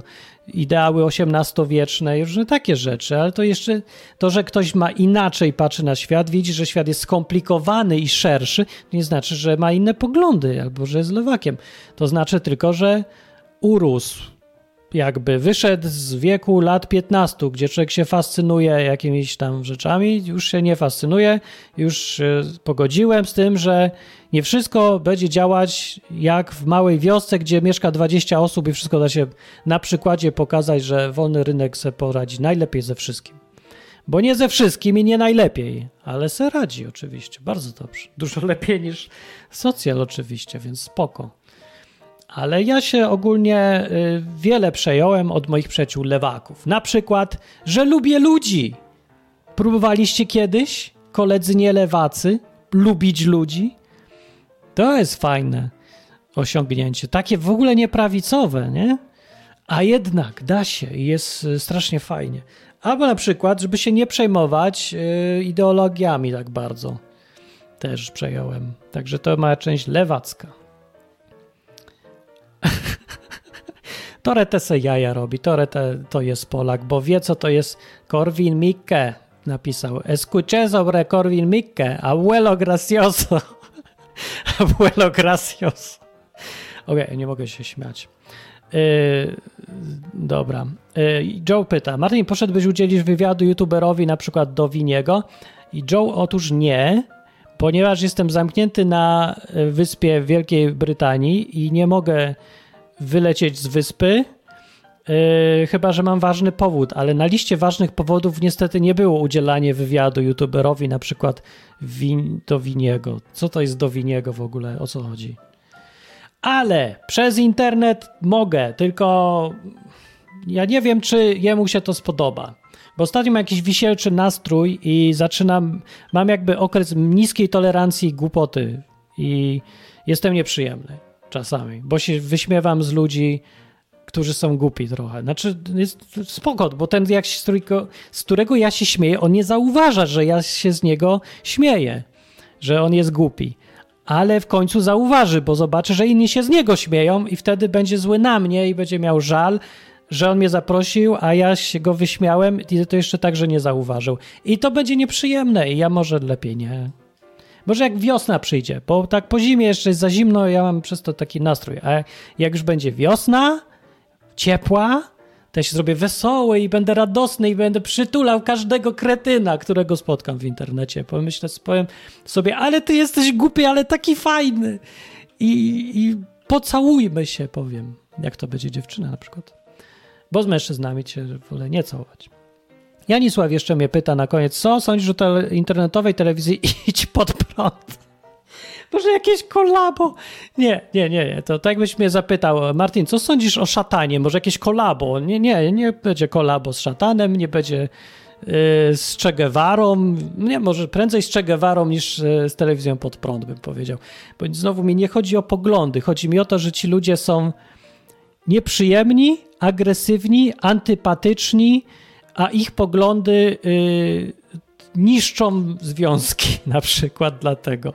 ideały osiemnastowieczne, różne takie rzeczy, ale to jeszcze to, że ktoś ma inaczej patrzy na świat, widzi, że świat jest skomplikowany i szerszy, nie znaczy, że ma inne poglądy albo że jest lewakiem. To znaczy tylko, że urósł, jakby wyszedł z wieku lat piętnastu, gdzie człowiek się fascynuje jakimiś tam rzeczami, już się nie fascynuje, już się pogodziłem z tym, że nie wszystko będzie działać jak w małej wiosce, gdzie mieszka dwadzieścia osób i wszystko da się na przykładzie pokazać, że wolny rynek se poradzi najlepiej ze wszystkim. Bo nie ze wszystkim i nie najlepiej, ale se radzi oczywiście, bardzo dobrze. Dużo lepiej niż socjal oczywiście, więc spoko. Ale ja się ogólnie y, wiele przejąłem od moich przyjaciół lewaków. Na przykład, że lubię ludzi. Próbowaliście kiedyś, koledzy nie lewacy, lubić ludzi? To jest fajne osiągnięcie. Takie w ogóle nieprawicowe, nie? A jednak da się i jest y, strasznie fajnie. Albo na przykład, żeby się nie przejmować y, ideologiami tak bardzo. Też przejąłem. Także to moja część lewacka. Torete se jaja robi. Torete to jest Polak, bo wie, co to jest Korwin Mikke. Napisał. Escuché sobre Korwin Mikke. Abuelo gracioso. Abuelo gracioso. Okej, okay, nie mogę się śmiać. Yy, dobra. Yy, Joe pyta. Martin, poszedłbyś udzielić wywiadu youtuberowi, na przykład do Winiego? I Joe, otóż nie, ponieważ jestem zamknięty na wyspie w Wielkiej Brytanii i nie mogę wylecieć z wyspy, yy, chyba że mam ważny powód, ale na liście ważnych powodów niestety nie było udzielanie wywiadu youtuberowi, na przykład win, do Winiego. Co to jest do Winiego w ogóle? O co chodzi? Ale przez internet mogę, tylko ja nie wiem, czy jemu się to spodoba. Bo ostatnio mam jakiś wisielczy nastrój i zaczynam, mam jakby okres niskiej tolerancji głupoty i jestem nieprzyjemny czasami, bo się wyśmiewam z ludzi, którzy są głupi trochę. Znaczy jest spoko, bo ten, jak się, z, którego, z którego ja się śmieję, on nie zauważa, że ja się z niego śmieję, że on jest głupi. Ale w końcu zauważy, bo zobaczy, że inni się z niego śmieją i wtedy będzie zły na mnie i będzie miał żal, że on mnie zaprosił, a ja się go wyśmiałem i to jeszcze tak, że nie zauważył. I to będzie nieprzyjemne i ja może lepiej nie. Może jak wiosna przyjdzie, bo tak po zimie jeszcze jest za zimno, ja mam przez to taki nastrój. A jak już będzie wiosna, ciepła, to ja się zrobię wesoły i będę radosny i będę przytulał każdego kretyna, którego spotkam w internecie. Pomyślę, powiem sobie, ale ty jesteś głupi, ale taki fajny. I, i pocałujmy się, powiem. Jak to będzie dziewczyna na przykład. Bo z mężczyznami cię wolę nie całować. Janisław jeszcze mnie pyta na koniec, co sądzisz o tele- internetowej telewizji Idź Pod Prąd? Może jakieś kolabo? Nie, nie, nie, nie. To tak jakbyś mnie zapytał, Martin, co sądzisz o szatanie? Może jakieś kolabo? Nie, nie, nie będzie kolabo z szatanem, nie będzie yy, z Che Guevarą. Nie, może prędzej z Che Guevarą niż yy, z telewizją Pod Prąd, bym powiedział. Bo znowu mi nie chodzi o poglądy. Chodzi mi o to, że ci ludzie są nieprzyjemni, agresywni, antypatyczni, a ich poglądy yy, niszczą związki, na przykład dlatego.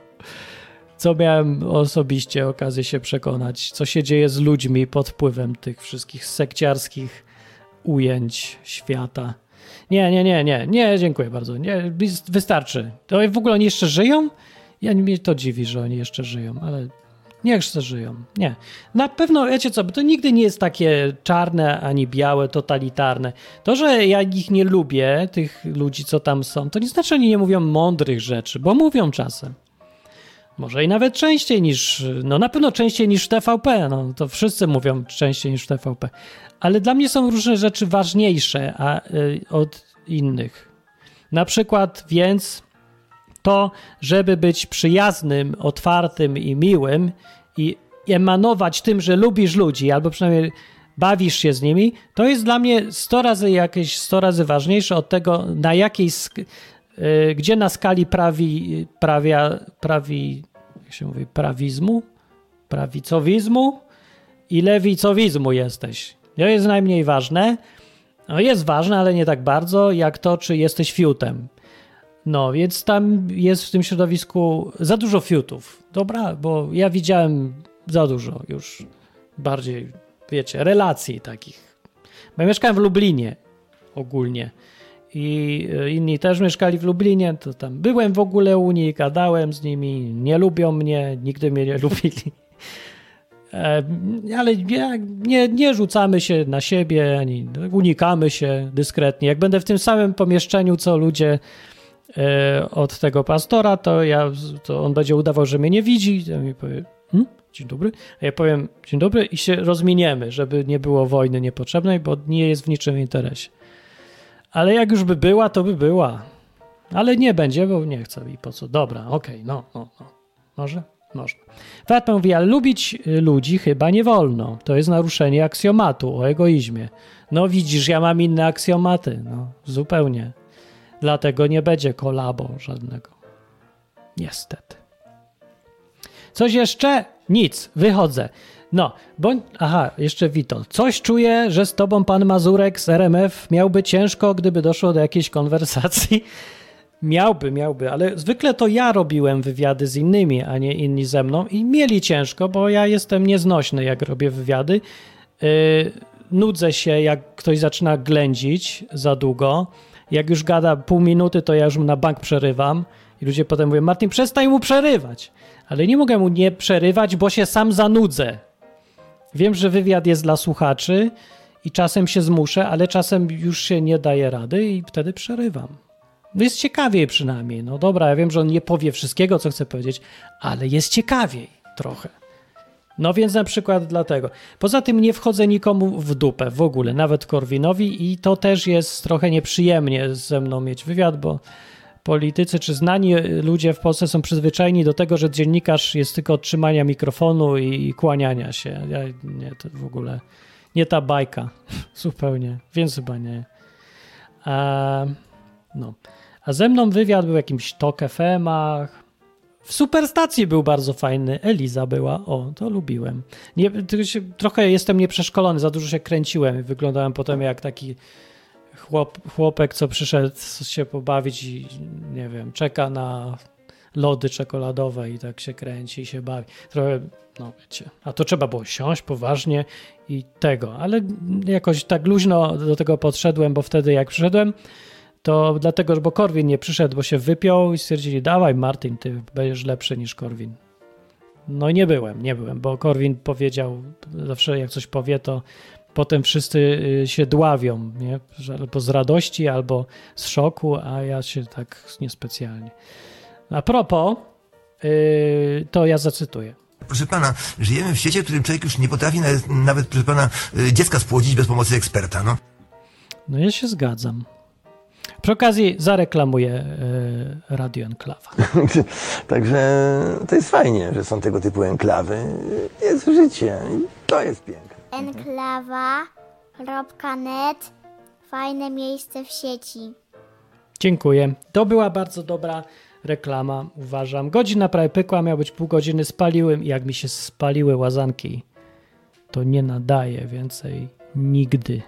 Co miałem osobiście okazję się przekonać, co się dzieje z ludźmi pod wpływem tych wszystkich sekciarskich ujęć świata. Nie, nie, nie, nie, nie, dziękuję bardzo. Nie, wystarczy. To w ogóle oni jeszcze żyją? Ja mnie to dziwi, że oni jeszcze żyją, ale niech se żyją. Nie. Na pewno, wiecie co, bo to nigdy nie jest takie czarne ani białe, totalitarne. To, że ja ich nie lubię, tych ludzi, co tam są, to nie znaczy, że oni nie mówią mądrych rzeczy, bo mówią czasem. Może i nawet częściej niż, no na pewno częściej niż w T V P, no to wszyscy mówią częściej niż w T V P. Ale dla mnie są różne rzeczy ważniejsze a, y, od innych. Na przykład więc to, żeby być przyjaznym, otwartym i miłym i emanować tym, że lubisz ludzi, albo przynajmniej bawisz się z nimi, to jest dla mnie sto razy jakieś sto razy ważniejsze od tego, na jakiej sk- y, gdzie na skali prawi, prawia, prawi, jak się mówi, prawizmu, prawicowizmu i lewicowizmu jesteś. To jest najmniej ważne. No jest ważne, ale nie tak bardzo, jak to, czy jesteś fiutem. No, więc tam jest w tym środowisku za dużo fiutów. Dobra, bo ja widziałem za dużo już bardziej, wiecie, relacji takich. Bo ja mieszkałem w Lublinie ogólnie i inni też mieszkali w Lublinie, to tam byłem w ogóle u nich, gadałem z nimi, nie lubią mnie, nigdy mnie nie lubili. Ale nie, nie, nie rzucamy się na siebie, ani unikamy się dyskretnie. Jak będę w tym samym pomieszczeniu, co ludzie e, od tego pastora, to, ja, to on będzie udawał, że mnie nie widzi. Ja mi powie, hm? Dzień dobry. A ja powiem dzień dobry i się rozminiemy, żeby nie było wojny niepotrzebnej, bo nie jest w niczym interesie. Ale jak już by była, to by była. Ale nie będzie, bo nie chcę i po co. Dobra, okej, okay, no, no, no. Może? Można. Fatma mówi, ale lubić ludzi chyba nie wolno. To jest naruszenie aksjomatu o egoizmie. No widzisz, ja mam inne aksjomaty. No, zupełnie. Dlatego nie będzie kolabo żadnego. Niestety. Coś jeszcze? Nic. Wychodzę. No, bądź... Aha, jeszcze Witold. Coś czuję, że z tobą pan Mazurek z R M F miałby ciężko, gdyby doszło do jakiejś konwersacji. Miałby, miałby, ale zwykle to ja robiłem wywiady z innymi, a nie inni ze mną i mieli ciężko, bo ja jestem nieznośny, jak robię wywiady. Yy, nudzę się, jak ktoś zaczyna ględzić za długo. Jak już gada pół minuty, to ja już mu na bank przerywam i ludzie potem mówią, Martin, przestań mu przerywać. Ale nie mogę mu nie przerywać, bo się sam zanudzę. Wiem, że wywiad jest dla słuchaczy i czasem się zmuszę, ale czasem już się nie daje rady i wtedy przerywam. No jest ciekawiej przynajmniej. No dobra, ja wiem, że on nie powie wszystkiego, co chce powiedzieć, ale jest ciekawiej trochę. No więc na przykład dlatego. Poza tym nie wchodzę nikomu w dupę w ogóle, nawet Korwinowi i to też jest trochę nieprzyjemnie ze mną mieć wywiad, bo politycy czy znani ludzie w Polsce są przyzwyczajeni do tego, że dziennikarz jest tylko od trzymania mikrofonu i kłaniania się. Ja, nie, to w ogóle nie ta bajka. Zupełnie. Więc chyba nie. A, no. A ze mną wywiad był w jakimś Tok F M-ach. W Superstacji był bardzo fajny. Eliza była. O, to lubiłem. Nie, się, trochę jestem nieprzeszkolony. Za dużo się kręciłem i wyglądałem potem jak taki chłop, chłopek, co przyszedł się pobawić i nie wiem, czeka na lody czekoladowe i tak się kręci i się bawi. Trochę, no wiecie, a to trzeba było siąść poważnie i tego, ale jakoś tak luźno do tego podszedłem, bo wtedy jak przyszedłem, to dlatego, że bo Korwin nie przyszedł, bo się wypiął i stwierdzili, dawaj Martin, ty będziesz lepszy niż Korwin. No i nie byłem, nie byłem, bo Korwin powiedział, zawsze jak coś powie, to potem wszyscy się dławią, nie? Albo z radości, albo z szoku, a ja się tak niespecjalnie. A propos, yy, to ja zacytuję. Proszę pana, żyjemy w świecie, w którym człowiek już nie potrafi nawet, nawet proszę pana, dziecka spłodzić bez pomocy eksperta, no. No ja się zgadzam. Przy okazji zareklamuję yy, Radio Enklawa. Także to jest fajnie, że są tego typu enklawy. Jest życie i to jest piękne. enklawa kropka net. Fajne miejsce w sieci. Dziękuję. To była bardzo dobra reklama, uważam. Godzina prawie pykła, miał być pół godziny, spaliłem i jak mi się spaliły łazanki, to nie nadaję więcej nigdy.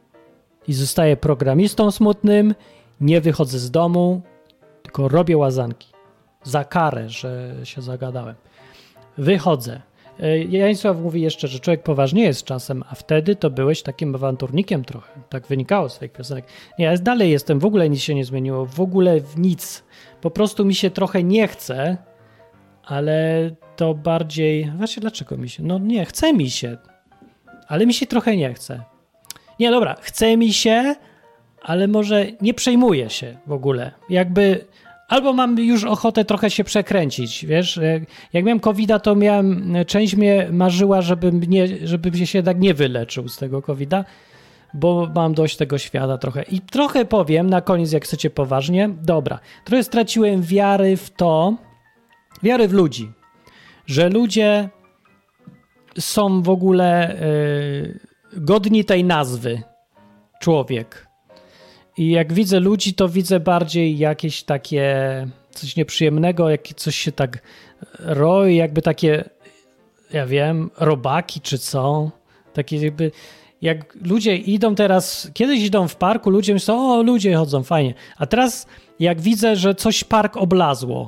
I zostaję programistą smutnym, nie wychodzę z domu, tylko robię łazanki. Za karę, że się zagadałem. Wychodzę. Janisław mówi jeszcze, że człowiek poważnie jest czasem, a wtedy to byłeś takim awanturnikiem trochę. Tak wynikało z twoich piosenek. Nie, ja dalej jestem, w ogóle nic się nie zmieniło, w ogóle nic. Po prostu mi się trochę nie chce, ale to bardziej... Właśnie dlaczego mi się... No nie, chce mi się, ale mi się trochę nie chce. Nie, dobra, chce mi się, ale może nie przejmuję się w ogóle. Jakby... Albo mam już ochotę trochę się przekręcić, wiesz, jak miałem kowida, to miałem, część mnie marzyła, żebym, nie, żebym się tak nie wyleczył z tego kowida, bo mam dość tego świata trochę. I trochę powiem na koniec, jak chcecie poważnie, dobra, trochę straciłem wiary w to, wiary w ludzi, że ludzie są w ogóle yy, godni tej nazwy człowiek. I jak widzę ludzi, to widzę bardziej jakieś takie coś nieprzyjemnego, jak coś się tak roi, jakby takie, ja wiem, robaki czy co. Takie jakby, jak ludzie idą teraz, kiedyś idą w parku, ludzie myślą, o, ludzie chodzą, fajnie. A teraz jak widzę, że coś park oblazło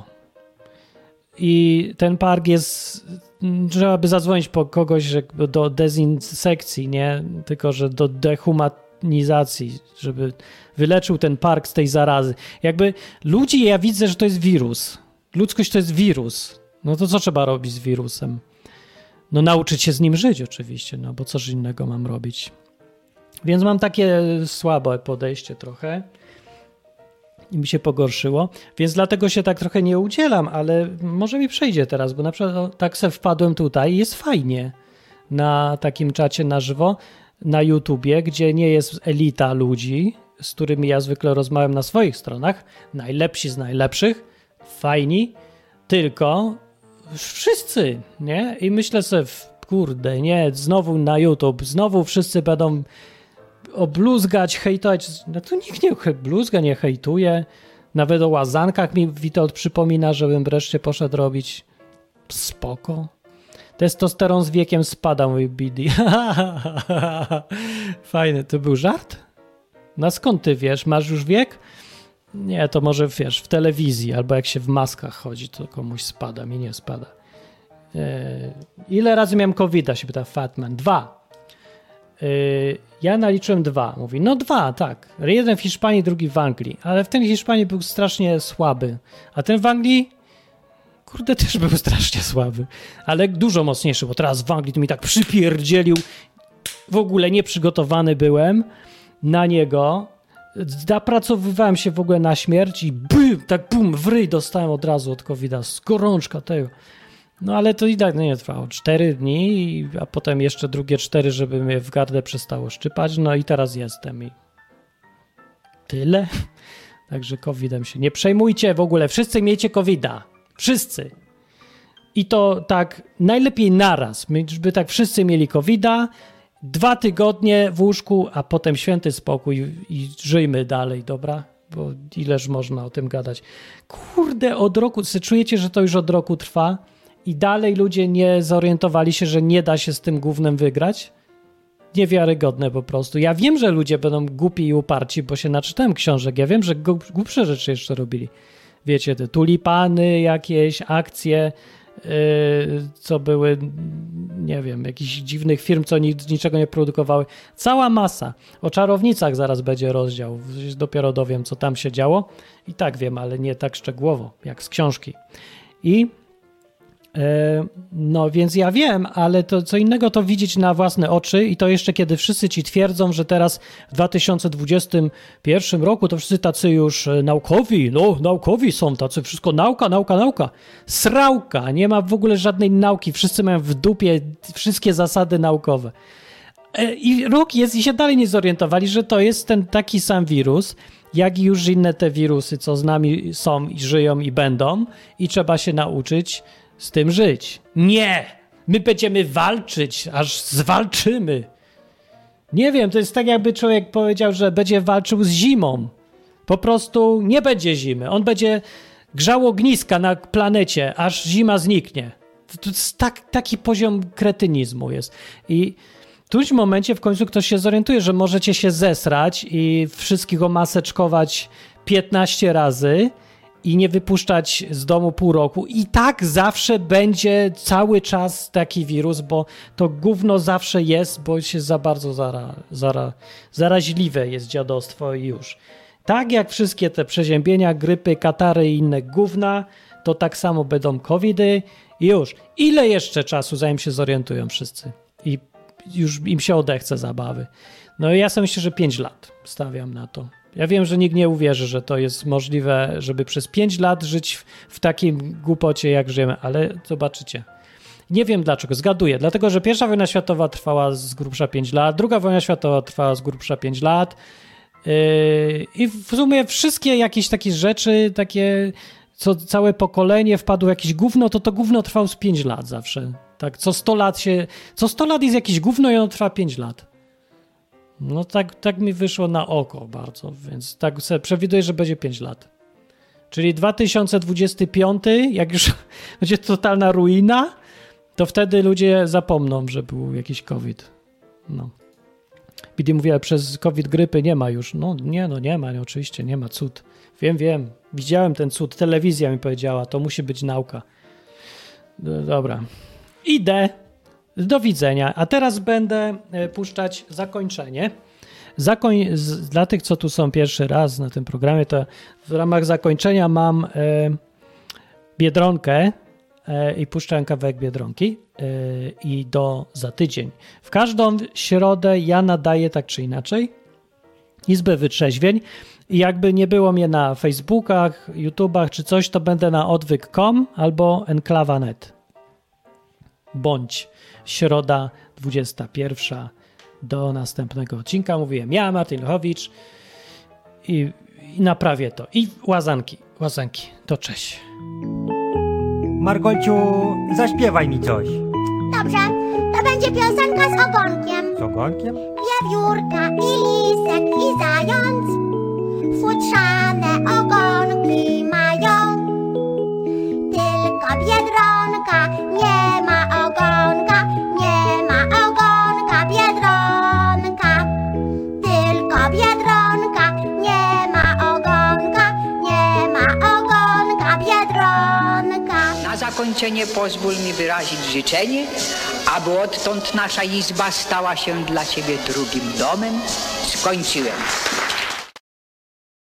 i ten park jest, trzeba by zadzwonić po kogoś że do dezynsekcji, nie? Tylko, że do dehuma demonizacji, żeby wyleczył ten park z tej zarazy. Jakby ludzi, ja widzę, że to jest wirus. Ludzkość to jest wirus. No to co trzeba robić z wirusem? No nauczyć się z nim żyć oczywiście, no bo coś innego mam robić. Więc mam takie słabe podejście trochę i mi się pogorszyło, więc dlatego się tak trochę nie udzielam, ale może mi przejdzie teraz, bo na przykład o, tak se wpadłem tutaj i jest fajnie na takim czacie na żywo, na YouTubie, gdzie nie jest elita ludzi, z którymi ja zwykle rozmawiam na swoich stronach, najlepsi z najlepszych, fajni, tylko wszyscy, nie? I myślę sobie, kurde, nie, znowu na YouTube, znowu wszyscy będą obluzgać, hejtować. No to nikt nie bluzga, nie hejtuje. Nawet o łazankach mi Witold przypomina, żebym wreszcie poszedł robić. Spoko. Testosteron z wiekiem spada, mój B D. Fajny. To był żart? No skąd ty wiesz? Masz już wiek? Nie, to może wiesz, w telewizji, albo jak się w maskach chodzi, to komuś spada, mi nie spada. Eee, ile razy miałem kowida, się pyta Fatman. Dwa. Eee, ja naliczyłem dwa. Mówi, no dwa, tak. Jeden w Hiszpanii, drugi w Anglii. Ale w ten Hiszpanii był strasznie słaby. A ten w Anglii, kurde, też był strasznie słaby. Ale dużo mocniejszy, bo teraz w Anglii to mi tak przypierdzielił. W ogóle nieprzygotowany byłem na niego. Zapracowywałem się w ogóle na śmierć i bym, tak bum, w ryj dostałem od razu od kowida, z gorączka tego. No ale to i tak nie trwało. Cztery dni, a potem jeszcze drugie cztery, żeby mnie w gardle przestało szczypać. No i teraz jestem i tyle. Także kowidem się nie przejmujcie w ogóle. Wszyscy miejcie kowida. Wszyscy. I to tak najlepiej naraz, żeby tak wszyscy mieli kowida. Dwa tygodnie w łóżku, a potem święty spokój i żyjmy dalej, dobra? Bo ileż można o tym gadać. Kurde, od roku, czujecie, że to już od roku trwa i dalej ludzie nie zorientowali się, że nie da się z tym gównem wygrać? Niewiarygodne po prostu. Ja wiem, że ludzie będą głupi i uparci, bo się naczytałem książek. Ja wiem, że głupsze rzeczy jeszcze robili. Wiecie, te tulipany, jakieś akcje, Yy, co były, nie wiem, jakichś dziwnych firm, co nic, niczego nie produkowały. Cała masa. O czarownicach zaraz będzie rozdział. Dopiero dowiem, co tam się działo. I tak wiem, ale nie tak szczegółowo, jak z książki. I yy, no więc ja wiem, ale to co innego to widzieć na własne oczy i to jeszcze kiedy wszyscy ci twierdzą, że teraz w dwa tysiące dwudziestym pierwszym roku to wszyscy tacy już naukowi, no naukowi są tacy, wszystko nauka, nauka, nauka. Srałka, nie ma w ogóle żadnej nauki, wszyscy mają w dupie wszystkie zasady naukowe. I rok jest i się dalej nie zorientowali, że to jest ten taki sam wirus, jak i już inne te wirusy, co z nami są i żyją i będą i trzeba się nauczyć z tym żyć. Nie! My będziemy walczyć, aż zwalczymy. Nie wiem, to jest tak jakby człowiek powiedział, że będzie walczył z zimą. Po prostu nie będzie zimy. On będzie grzał ogniska na planecie, aż zima zniknie. To jest tak, taki poziom kretynizmu jest. I w którymś momencie w końcu ktoś się zorientuje, że możecie się zesrać i wszystkich omaseczkować piętnaście razy i nie wypuszczać z domu pół roku. I tak zawsze będzie cały czas taki wirus, bo to gówno zawsze jest, bo się za bardzo zara, zara, zaraźliwe jest dziadostwo i już. Tak jak wszystkie te przeziębienia, grypy, katary i inne gówna, to tak samo będą covidy i już. Ile jeszcze czasu, zanim się zorientują wszyscy? I już im się odechce zabawy. No i ja sobie myślę, że pięć lat stawiam na to. Ja wiem, że nikt nie uwierzy, że to jest możliwe, żeby przez pięć lat żyć w, w takim głupocie, jak żyjemy, ale zobaczycie. Nie wiem dlaczego, zgaduję. Dlatego, że pierwsza wojna światowa trwała z grubsza pięć lat, druga wojna światowa trwała z grubsza pięć lat yy, i w sumie wszystkie jakieś takie rzeczy, takie, co całe pokolenie wpadło w jakieś gówno, to to gówno trwało z pięć lat zawsze. Tak, co sto lat się, co sto lat jest jakieś gówno i ono trwa pięć lat. No tak, tak mi wyszło na oko bardzo, więc tak sobie przewiduję, że będzie pięć lat. Czyli dwa tysiące dwudziesty piąty, jak już będzie totalna ruina, to wtedy ludzie zapomną, że był jakiś COVID. No. Bidi mówi, ale przez COVID grypy nie ma już. No nie, no nie ma, nie, oczywiście, nie ma, cud. Wiem, wiem, widziałem ten cud, telewizja mi powiedziała, to musi być nauka. Dobra, idę. Do widzenia. A teraz będę puszczać zakończenie. zakoń, z, dla tych, co tu są pierwszy raz na tym programie, to w ramach zakończenia mam e, Biedronkę e, i puszczam kawałek Biedronki e, i do za tydzień. W każdą środę ja nadaję tak czy inaczej Izbę Wytrzeźwień i jakby nie było mnie na Facebookach, YouTubach czy coś, to będę na odwyk kropka com albo enklawa kropka net. Bądź środa dwudziesta pierwsza. Do następnego odcinka. Mówiłem ja, Martin Lechowicz i, i naprawię to. I łazanki, łazanki. To cześć. Margolciu, zaśpiewaj mi coś. Dobrze, to będzie piosenka z ogonkiem. Z ogonkiem? Wiewiórka i lisek i zając futrzane ogonki mają. Tylko Biedronka nie ma ogonka, nie ma ogonka Biedronka. Tylko Biedronka nie ma ogonka, nie ma ogonka Biedronka. Na zakończenie pozwól mi wyrazić życzenie, aby odtąd nasza izba stała się dla Ciebie drugim domem. Skończyłem.